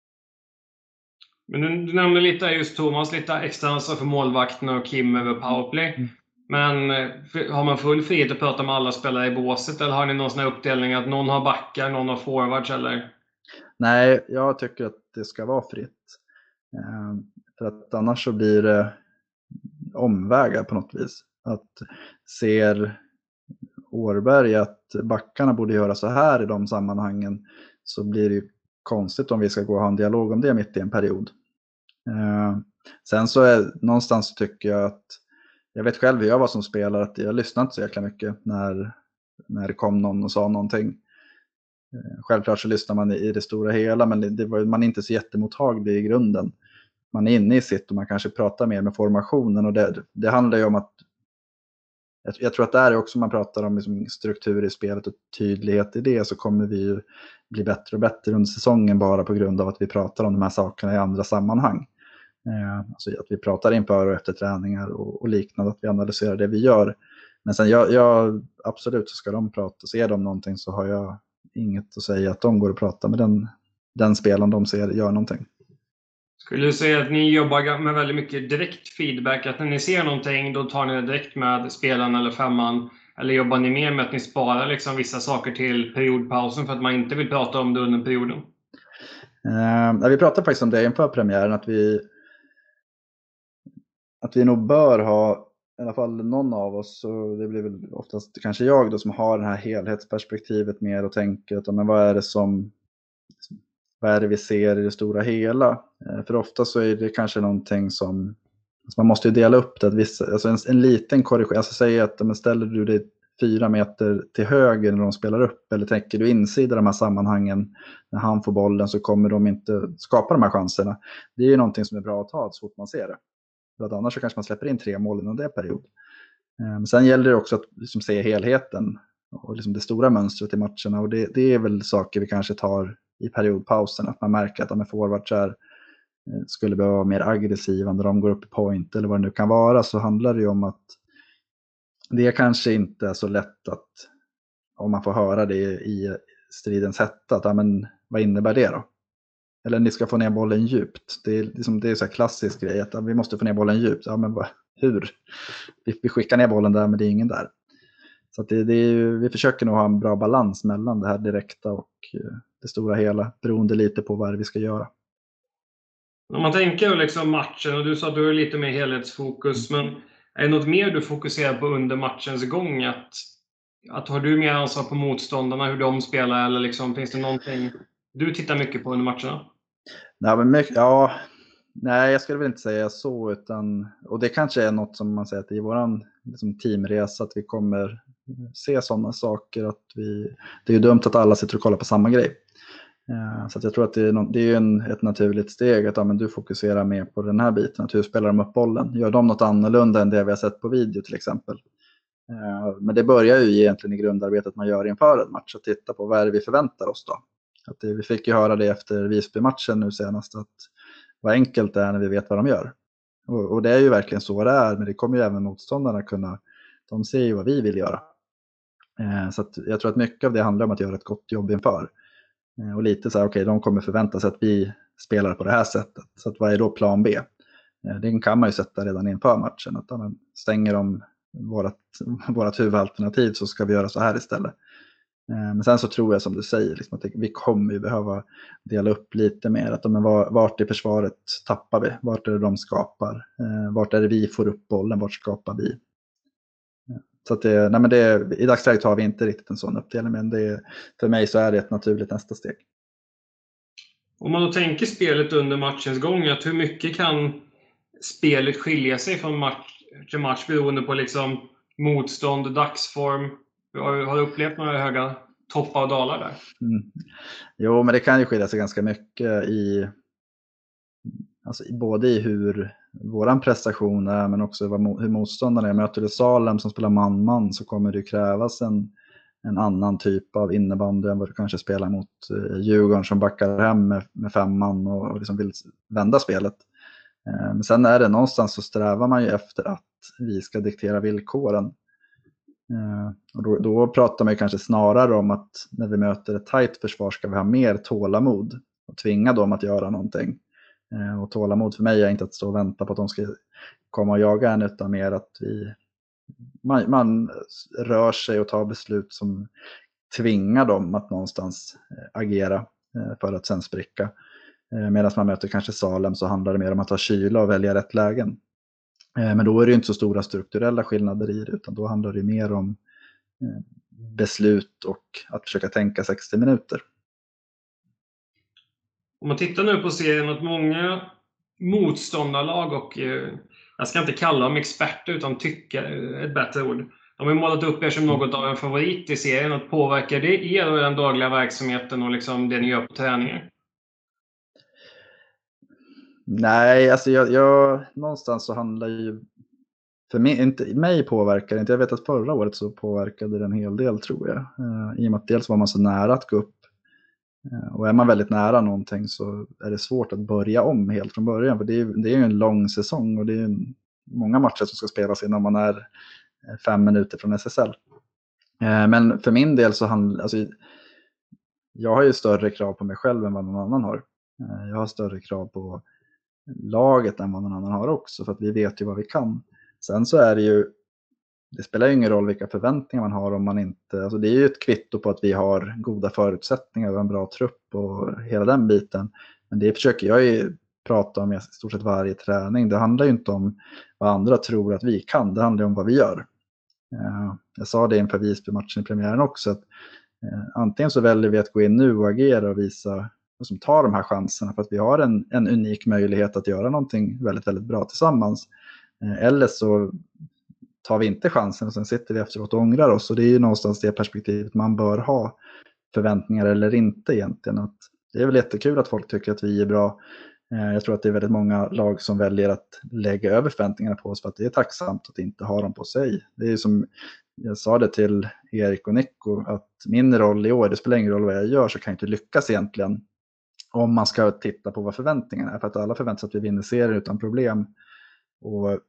Men du nämnde lite just Thomas, lite extra ansvar för målvakten och Kim över powerplay. Men har man full frihet att prata med alla spelare i båset, eller har ni någon sån här uppdelning att någon har backar, någon har forwards, eller? Nej, jag tycker att det ska vara fritt. För att annars så blir det omvägar på något vis. Att ser Årberg att backarna borde göra så här i de sammanhangen, så blir det ju konstigt om vi ska gå och ha en dialog om det mitt i en period. Sen så någonstans tycker jag att jag vet själv hur jag var som spelare, att jag lyssnade inte så jäkla mycket när det kom någon och sa någonting. Självklart så lyssnar man i det stora hela, men man är inte så jättemottaglig i grunden. Man är inne i sitt och man kanske pratar mer med formationen, och det handlar ju om att jag tror att där är också, man pratar om liksom struktur i spelet och tydlighet i det, så kommer vi ju bli bättre och bättre under säsongen bara på grund av att vi pratar om de här sakerna i andra sammanhang. Alltså att vi pratar inför och efter träningar och liknande, att vi analyserar det vi gör. Men sen jag absolut så ska de prata, ser de någonting så har jag inget att säga att de går och pratar med den spelaren de ser gör någonting. Skulle du säga att ni jobbar med väldigt mycket direkt feedback? Att när ni ser någonting, då tar ni det direkt med spelaren eller femman? Eller jobbar ni mer med att ni sparar liksom vissa saker till periodpausen för att man inte vill prata om det under perioden? Vi pratade faktiskt om det inför premiären, att vi nog bör ha i alla fall någon av oss, och det blir väl oftast kanske jag då, som har det här helhetsperspektivet mer och tänker att men vad är det vi ser i det stora hela? För ofta så är det kanske någonting som alltså man måste ju dela upp det, alltså en liten korrigering, alltså säga att men ställer du dig 4 meter till höger när de spelar upp, eller tänker du insida de här sammanhangen när han får bollen, så kommer de inte skapa de här chanserna. Det är ju någonting som är bra att ha så fort man ser det. För att annars så kanske man släpper in 3 mål inom det period. Sen gäller det också att liksom se helheten och liksom det stora mönstret i matcherna, och det är väl saker vi kanske tar i periodpausen, att man märker att de forwards skulle behöva vara mer aggressiva när de går upp i point eller vad det nu kan vara, så handlar det ju om att det kanske inte är så lätt att, om man får höra det i stridens hetta, att men vad innebär det då? Eller ni ska få ner bollen djupt. Det är så här klassisk grej att vi måste få ner bollen djupt. Ja, men hur? Vi skickar ner bollen där, men det är ingen där. Så att vi försöker nog ha en bra balans mellan det här direkta och det stora hela, beroende lite på vad vi ska göra. Om man tänker liksom matchen, och du sa att du är lite mer helhetsfokus, men är det något mer du fokuserar på under matchens gång? Att har du mer ansvar på motståndarna, hur de spelar, eller liksom, finns det någonting du tittar mycket på under matcherna? Nej, men nej, jag skulle väl inte säga så, och det kanske är något som man säger att i våran liksom, teamresa, att vi kommer se sådana saker, att det är ju dumt att alla sitter och kollar på samma grej. Så att jag tror att det är ju ett naturligt steg att men du fokuserar mer på den här biten, att hur spelar de upp bollen? Gör de något annorlunda än det vi har sett på video till exempel? Men det börjar ju egentligen i grundarbetet man gör inför en match, att titta på vad är det vi förväntar oss då. Vi fick ju höra det efter Visby-matchen nu senast, att vad enkelt det är när vi vet vad de gör. Och det är ju verkligen så det är, men det kommer ju även motståndarna kunna, de ser ju vad vi vill göra. Så att jag tror att mycket av det handlar om att göra ett gott jobb inför. Och lite så här, okej, de kommer förvänta sig att vi spelar på det här sättet. Så att vad är då plan B? Den kan man ju sätta redan inför matchen. Att stänger de vårat huvudalternativ så ska vi göra så här istället. Men sen så tror jag som du säger, liksom, att vi kommer ju behöva dela upp lite mer. Att vart i försvaret tappar vi? Vart är det de skapar? Vart är det vi får upp bollen? Vart skapar vi? Så att i dagsläget har vi inte riktigt en sån uppdelning, men för mig så är det ett naturligt nästa steg. Om man då tänker spelet under matchens gång, att hur mycket kan spelet skilja sig från match till match beroende på liksom motstånd, dagsform? Har du upplevt några höga toppar och dalar där? Jo, men det kan ju skilja sig ganska mycket både i hur våran prestation är, men också hur motståndarna är. Möter du Salem som spelar man-man, så kommer det krävas en annan typ av innebandy än vad du kanske spelar mot Djurgården som backar hem med 5 man och liksom vill vända spelet. Men sen är det någonstans, så strävar man ju efter att vi ska diktera villkoren. Och då pratar man ju kanske snarare om att när vi möter ett tajt försvar ska vi ha mer tålamod och tvinga dem att göra någonting. Och tålamod för mig är inte att stå och vänta på att de ska komma och jaga en, utan mer att man rör sig och tar beslut som tvingar dem att någonstans agera för att sen spricka. Medan man möter kanske Salem, så handlar det mer om att ha kyla och välja rätt lägen. Men då är det ju inte så stora strukturella skillnader i det, utan då handlar det mer om beslut och att försöka tänka 60 minuter. Om man tittar nu på serien, att många motståndarlag, och jag ska inte kalla dem experter utan tycka ett bättre ord, de har målat upp er som något av en favorit i serien. Att påverkar det er och den dagliga verksamheten och liksom det ni gör på träningar? Nej, alltså jag någonstans så handlar ju för mig påverkar inte. Jag vet att förra året så påverkade det en hel del, tror jag. I och med att dels var man så nära att gå upp. Och är man väldigt nära någonting så är det svårt att börja om helt från början. För det är ju en lång säsong och det är många matcher som ska spelas innan man är 5 minuter från SSL. Men för min del så jag har ju större krav på mig själv än vad någon annan har. Jag har större krav på laget än vad någon annan har också, för att vi vet ju vad vi kan. Sen så är det spelar ju ingen roll vilka förväntningar man har om man inte, alltså det är ju ett kvitto på att vi har goda förutsättningar och en bra trupp och hela den biten. Men det försöker jag ju prata om i stort sett varje träning. Det handlar ju inte om vad andra tror att vi kan, det handlar om vad vi gör. Jag sa det inför Visby-matchen i premiären också, att antingen så väljer vi att gå in nu och agera och visa som tar de här chanserna för att vi har en unik möjlighet att göra någonting väldigt, väldigt bra tillsammans. Eller så tar vi inte chansen och sen sitter vi efteråt och ångrar oss. Och det är ju någonstans det perspektivet man bör ha, förväntningar eller inte egentligen. Att det är väl jättekul att folk tycker att vi är bra. Jag tror att det är väldigt många lag som väljer att lägga över förväntningarna på oss för att det är tacksamt att inte ha dem på sig. Det är ju som jag sa det till Erik och Nico, att min roll i år, det spelar ingen roll vad jag gör, så kan jag inte lyckas egentligen om man ska titta på vad förväntningarna är. För att alla förväntar sig att vi vinner serien utan problem. Och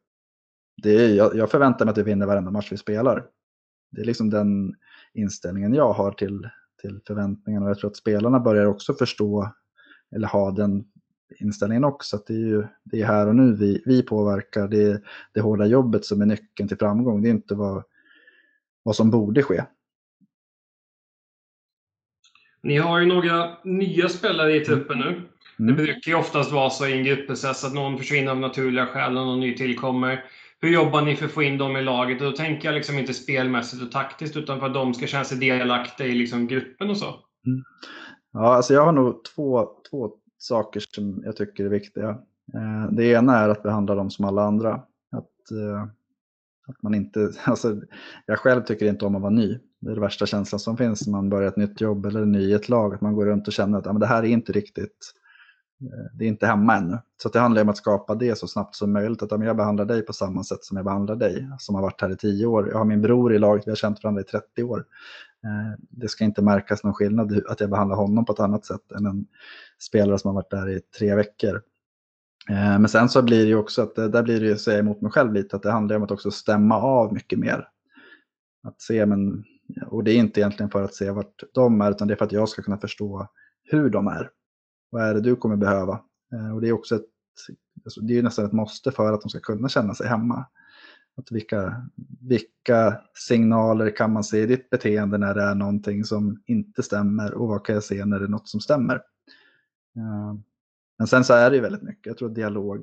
jag förväntar mig att vi vinner varenda match vi spelar. Det är liksom den inställningen jag har till förväntningarna. Och jag tror att spelarna börjar också förstå eller ha den inställningen också. Att det är här och nu vi påverkar. Det hårda jobbet som är nyckeln till framgång. Det är inte vad som borde ske. Ni har ju några nya spelare i truppen nu. Det brukar ju oftast vara så i en gruppprocess att någon försvinner av naturliga skäl och någon ny tillkommer. Hur jobbar ni för att få in dem i laget? Och då tänker jag liksom inte spelmässigt och taktiskt, utan för att de ska känna sig delaktiga i liksom gruppen och så. Ja, alltså jag har nog två saker som jag tycker är viktiga. Det ena är att behandla dem som alla andra. Att man inte, alltså jag själv tycker inte om att vara ny. Det är det värsta känslan som finns när man börjar ett nytt jobb eller ny i ett lag. Att man går runt och känner att men det här är inte riktigt, det är inte hemma ännu. Så det handlar om att skapa det så snabbt som möjligt. Att jag behandlar dig på samma sätt som jag behandlar dig. Som har varit här i 10 år. Jag har min bror i laget, vi har känt varandra i 30 år. Det ska inte märkas någon skillnad att jag behandlar honom på ett annat sätt än en spelare som har varit där i 3 veckor. Men sen så blir det ju också att där blir det ju, säga emot mig själv lite, att det handlar om att också stämma av mycket mer. Att se, och det är inte egentligen för att se vart de är, utan det är för att jag ska kunna förstå hur de är. Vad är det du kommer behöva? Och det är också det är ju nästan ett måste för att de ska kunna känna sig hemma. Att vilka signaler kan man se i ditt beteende när det är någonting som inte stämmer, och vad kan jag se när det är något som stämmer? Men sen så är det ju väldigt mycket, jag tror dialog,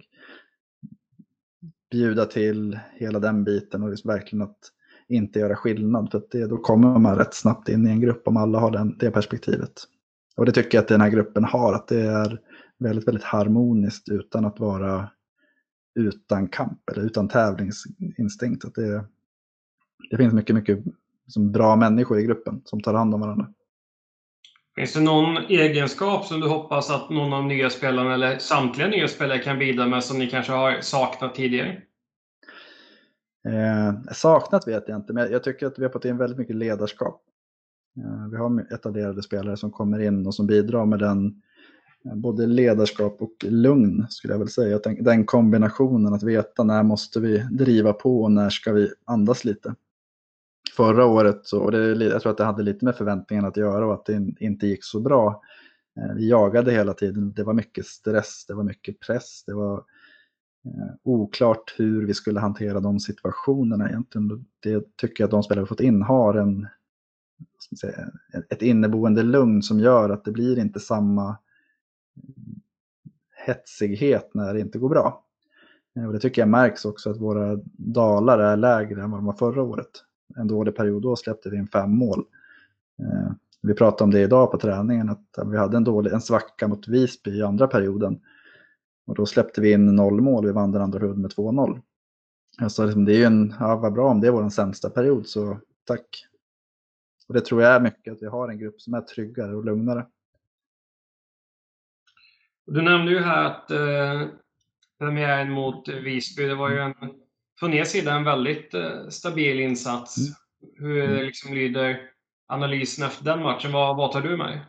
bjuda till hela den biten och liksom verkligen att inte göra skillnad, för att då kommer man rätt snabbt in i en grupp om alla har det perspektivet. Och det tycker jag att den här gruppen har, att det är väldigt, väldigt harmoniskt utan att vara utan kamp eller utan tävlingsinstinkt. Att det finns mycket, mycket som bra människor i gruppen som tar hand om varandra. Finns det någon egenskap som du hoppas att någon av de nya spelarna eller samtliga nya spelare kan bidra med som ni kanske har saknat tidigare? Saknat vet jag inte, men jag tycker att vi har fått in väldigt mycket ledarskap. Vi har etablerade spelare som kommer in och som bidrar med den både ledarskap och lugn, skulle jag väl säga. Den kombinationen att veta när måste vi driva på och när ska vi andas lite. Förra året, och jag tror att det hade lite med förväntningarna att göra och att det inte gick så bra. Vi jagade hela tiden, det var mycket stress, det var mycket press, det var oklart hur vi skulle hantera de situationerna egentligen. Det tycker jag att de spelare vi fått in har ett inneboende lugn som gör att det blir inte samma hetsighet när det inte går bra. Och det tycker jag märks också, att våra dalar är lägre än vad de var förra året. En dålig period då släppte vi in 5 mål. Vi pratade om det idag på träningen, att vi hade en svacka mot Visby i andra perioden. Och då släppte vi in 0 mål, vi vann den andra perioden med 2-0. Så liksom, det är ju vad bra om det är vår sämsta period, så tack. Och det tror jag är mycket, att vi har en grupp som är tryggare och lugnare. Du nämnde ju här att premiären mot Visby, det var ju från er sida en väldigt stabil insats. Hur liksom lyder analysen efter den matchen? Vad tar du med?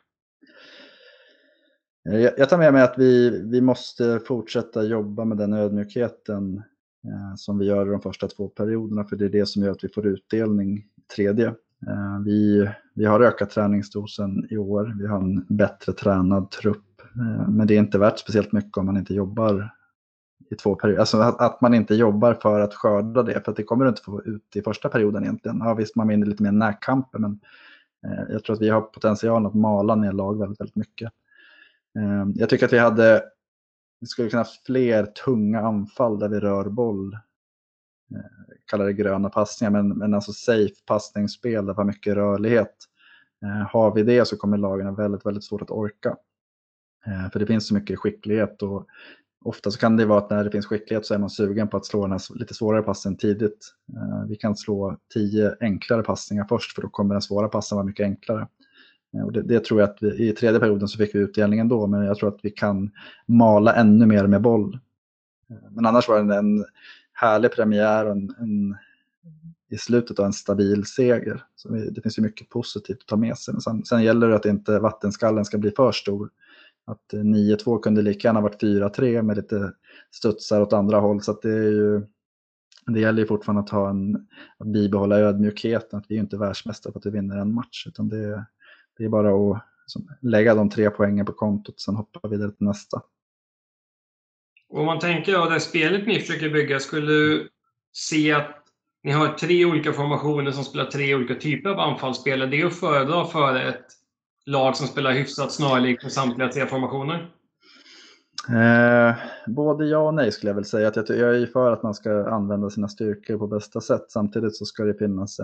Jag tar med mig att vi måste fortsätta jobba med den ödmjukheten som vi gör i de första 2 perioderna, för det är det som gör att vi får utdelning i tredje. Vi har ökat träningsdosen i år, vi har en bättre tränad trupp, men det är inte värt speciellt mycket om man inte jobbar i 2 perioder. Alltså att man inte jobbar för att skörda det, för att det kommer du inte få ut i första perioden egentligen. Ja, visst, man vinner lite mer närkamper, men jag tror att vi har potential att mala ner lag väldigt, väldigt mycket. Jag tycker att vi skulle kunna ha fler tunga anfall där vi rör boll. Kallar det gröna passningar, men alltså safe passningsspel där vi har mycket rörlighet. Har vi det så kommer lagen väldigt, väldigt svårt att orka. För det finns så mycket skicklighet, och ofta så kan det vara att när det finns skicklighet så är man sugen på att slå den här lite svårare passen tidigt. Vi kan slå 10 enklare passningar först, för då kommer den svåra passen vara mycket enklare. Och det tror jag att i tredje perioden så fick vi utdelningen då, men jag tror att vi kan mala ännu mer med boll. Men annars var det en härlig premiär och i slutet av en stabil seger. Så det finns ju mycket positivt att ta med sig. Men sen gäller det att inte vattenskallen ska bli för stor. Att 9-2 kunde lika gärna varit 4-3 med lite studsar åt andra håll. Så att det gäller ju fortfarande att bibehålla ödmjukheten. Att vi är inte världsmästare för att vi vinner en match. Utan det är bara att lägga de 3 poängen på kontot och sen hoppa vidare till nästa. Om man tänker att det spelet ni försöker bygga, skulle du se att ni har 3 olika formationer som spelar 3 olika typer av anfallsspel? Det är att föredra för ett lag som spelar hyfsat snarlikt med samtliga 3 formationer? Både ja och nej skulle jag väl säga. Att jag är ju för att man ska använda sina styrkor på bästa sätt. Samtidigt så ska det finnas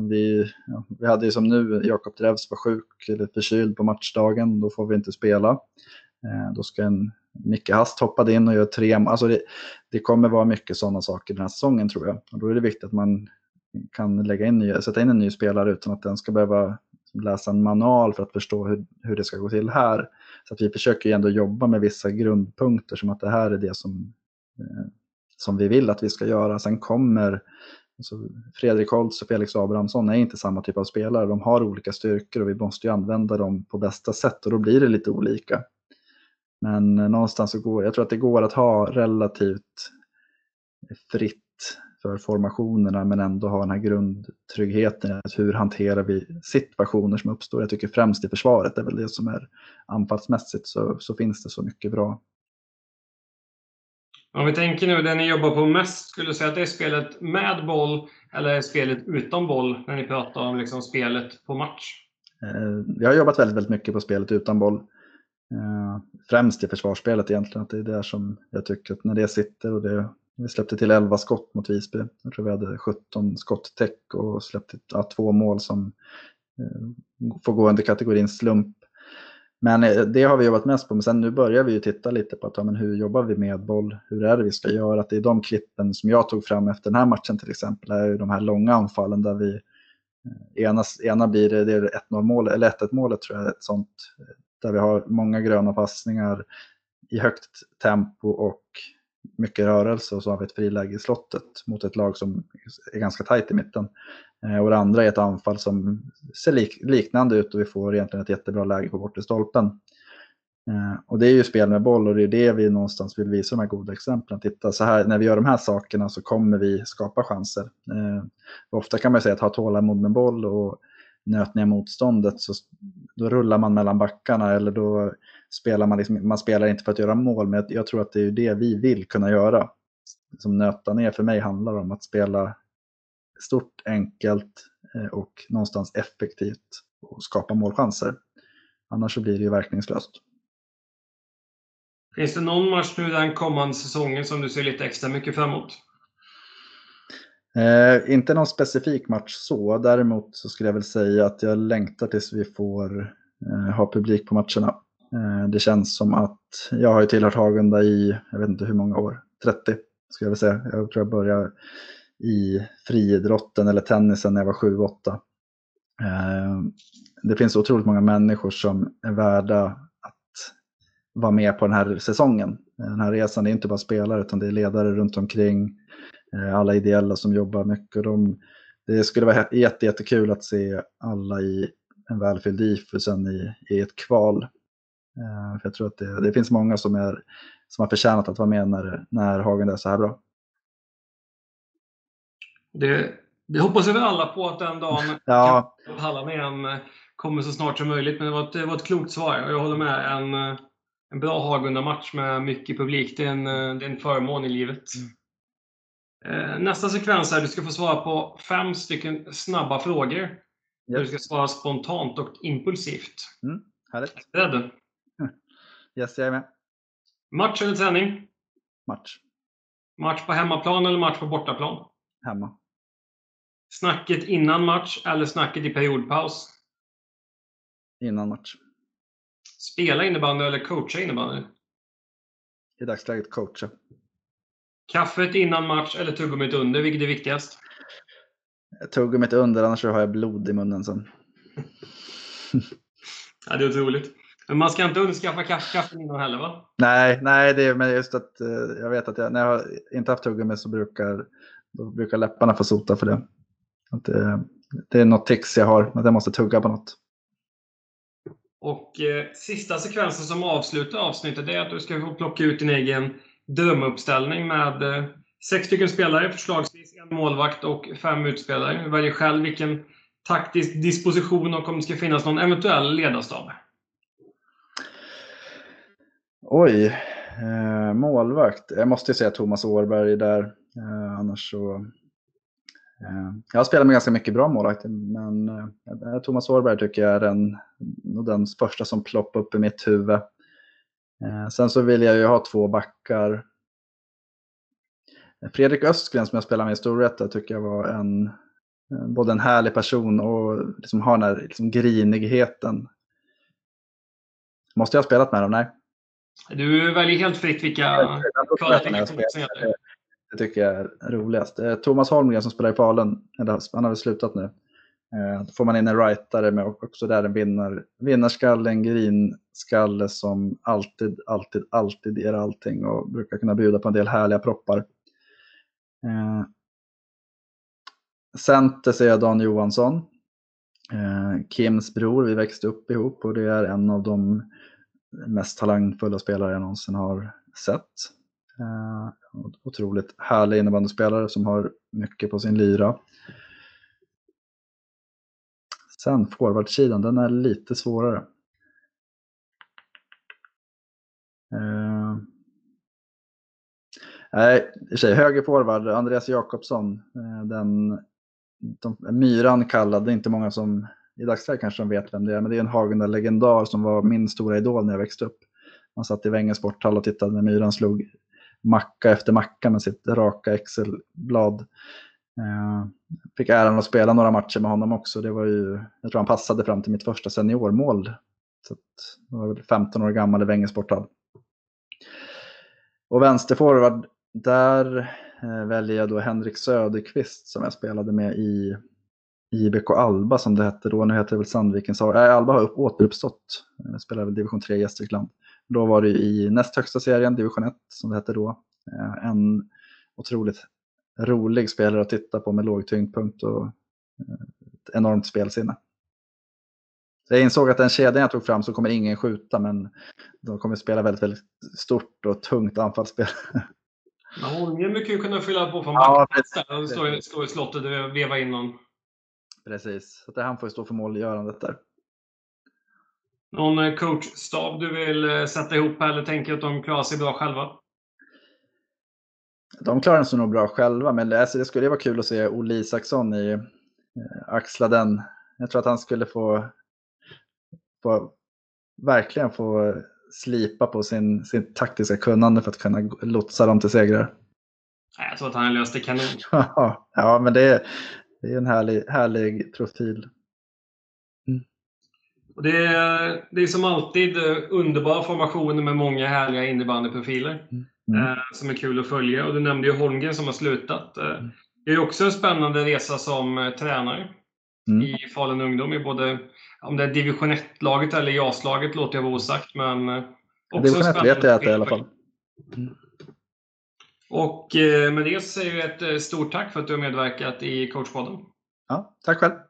vi hade ju som nu, Jakob Drevs var sjuk eller förkyld på matchdagen. Då får vi inte spela. Då ska Micke Hast hoppa in och göra 3. Alltså det kommer vara mycket sådana saker den här säsongen tror jag. Och då är det viktigt att man kan sätta in en ny spelare utan att den ska behöva läsa en manual för att förstå hur det ska gå till här. Så att vi försöker ju ändå jobba med vissa grundpunkter som att det här är det som vi vill att vi ska göra. Sen kommer Fredrik Holtz och Felix Abrahamsson är inte samma typ av spelare. De har olika styrkor och vi måste ju använda dem på bästa sätt och då blir det lite olika. Men någonstans jag tror att det går att ha relativt fritt för formationerna men ändå ha den här grundtryggheten. Hur hanterar vi situationer som uppstår? Jag tycker främst i försvaret är väl det som är anfallsmässigt så finns det så mycket bra. Om vi tänker nu, det ni jobbar på mest, skulle du säga att det är spelet med boll eller spelet utan boll när ni pratar om liksom spelet på match? Jag har jobbat väldigt, väldigt mycket på spelet utan boll. Främst i försvarsspelet egentligen. Att det är där som jag tycker att när det sitter och vi släppte till 11 skott mot Visby. Jag tror vi hade 17 skotttäck och släppte 2 mål som får gå under kategorin slump. Men det har vi jobbat mest på. Men sen nu börjar vi ju titta lite på att hur jobbar vi med boll? Hur är det vi ska göra? Att det är de klippen som jag tog fram efter den här matchen till exempel. Är ju de här långa anfallen där vi ena blir det 1-0 mål eller 1-1 målet tror jag är ett sånt. Där vi har många gröna passningar i högt tempo och mycket rörelse och så har vi ett friläge i slottet mot ett lag som är ganska tajt i mitten. Och det andra är ett anfall som ser liknande ut och vi får egentligen ett jättebra läge på bortre stolpen. Och det är ju spel med boll och det är det vi någonstans vill visa de här goda exemplen. Titta, så här, när vi gör de här sakerna så kommer vi skapa chanser. Ofta kan man säga att ha tålamod med boll och nöt ner motståndet så då rullar man mellan backarna eller då spelar man spelar inte för att göra mål, men jag tror att det är det vi vill kunna göra. Som nöta ner för mig handlar om att spela stort, enkelt och någonstans effektivt och skapa målchanser. Annars så blir det ju verkningslöst. Finns det någon match nu den kommande säsongen som du ser lite extra mycket framåt? Inte någon specifik match så. Däremot så skulle jag väl säga att jag längtar tills vi får ha publik på matcherna. Det känns som att jag har ju tillhört Hagunda i, jag vet inte hur många år, 30 skulle jag väl säga. Jag tror jag började i friidrotten eller tennisen när jag var 7-8. Det finns otroligt många människor som är värda att vara med på den här säsongen. Den här resan, det är inte bara spelare utan det är ledare runt omkring. Alla ideella som jobbar mycket. Det skulle vara jättekul att se alla i en välfylld IF och sen i ett kval. För jag tror att det finns många som har förtjänat att vara med när Hagen är så här bra. Det hoppas vi väl alla på att den dagen ja. kan palla med en kommer så snart som möjligt. Men det var ett klokt svar och jag håller med. En bra Hagunda-match med mycket publik. Det är en förmån i livet. Nästa sekvens är att du ska få svara på 5 stycken snabba frågor. Yep. Du ska svara spontant och impulsivt. Härligt. Beredd? Yes, jag är med. Match eller träning? Match. Match på hemmaplan eller match på bortaplan? Hemma. Snacket innan match eller snacket i periodpaus? Innan match. Spela innebandy eller coacha innebandy? I dagsläget coacha. Kaffet innan match eller tuggummit under, vilket är viktigast? Tuggummit under, annars har jag blod i munnen sen. Ja, det är otroligt. Men man ska inte underskaffa kaffen innan heller, va? Nej, men just att jag vet att när jag inte haft tuggummi så brukar läpparna få sota för det. Att det är något tics jag har, att jag måste tugga på något. Och sista sekvensen som avslutar avsnittet är att du ska få plocka ut din egen drömuppställning med 6 stycken spelare, förslagsvis en målvakt och 5 utspelare. Du väljer själv vilken taktisk disposition och om det ska finnas någon eventuell ledarstab. Oj, målvakt. Jag måste ju säga Thomas Årberg där. Annars så... Jag har spelat med ganska mycket bra målvakter, men Thomas Årberg tycker jag är den första som ploppar upp i mitt huvud. Sen så vill jag ju ha 2 backar. Fredrik Östgren som jag spelar med i Storvreta tycker jag var både en härlig person och liksom har den här liksom grinigheten. Måste jag ha spelat med dem? Nej. Du väljer helt fritt vilka kvalifikationer. Det tycker jag är roligast. Thomas Holmgren som spelar i Falun, han har väl slutat nu. Då får man in en rightare med också där en vinnarskalle, en grinskalle som alltid ger allting och brukar kunna bjuda på en del härliga proppar. Center ser jag Dan Johansson. Kims bror, vi växte upp ihop och det är en av de mest talangfulla spelare jag någonsin har sett. Otroligt härlig innebandyspelare som har mycket på sin lyra. Sen forwardsidan, den är lite svårare. Nej, i sig höger forward, Andreas Jakobsson, Myran kallad, det är inte många som i dagsläget kanske de vet vem det är, men det är en Hagunda legendar som var min stora idol när jag växte upp. Man satt i Vängens sporthall och tittade när Myran slog macka efter macka med sitt raka Excel-blad. Fick äran att spela några matcher med honom också. Det var ju, jag tror han passade fram till mitt första seniormål. Så jag var väl 15 år gammal i Vängens sporthall. Och vänsterforward, där väljer jag då Henrik Söderqvist som jag spelade med i IBK Alba som det hette då. Nu heter det väl Sandvikens. Alba har återuppstått. Jag spelade väl division 3 i Gästrikland. Då var det i näst högsta serien, division 1 som det hette då. En otroligt rolig spelare att titta på med låg tyngdpunkt och ett enormt spelsinne. Jag insåg att den kedjan jag tog fram så kommer ingen skjuta, men de kommer spela väldigt, väldigt stort och tungt anfallsspel. Holmgren brukar ju kunna fylla på från backplats där och stå i slottet och veva in någon. Precis, så att han får stå för målgörandet där. Någon coachstab du vill sätta ihop eller tänker att de klarar sig bra själva? De klarar sig nog bra själva, men det skulle vara kul att se Olle Isaksson axla den. Jag tror att han skulle verkligen få slipa på sin taktiska kunnande för att kunna lotsa dem till segrar. Jag tror att han löste kanon. Ja, men det är en härlig profil. Och det är som alltid underbara formationer med många härliga innebandyprofiler som är kul att följa. Och du nämnde ju Holmgren som har slutat. Det är också en spännande resa som tränare i Falun Ungdom. I både om det är division 1-laget eller JAS-laget låter jag vara osagt. Men också division 1 vet jag att det är i alla fall. Och med det så säger jag ett stort tack för att du har medverkat i Coachpodden. Ja, tack själv.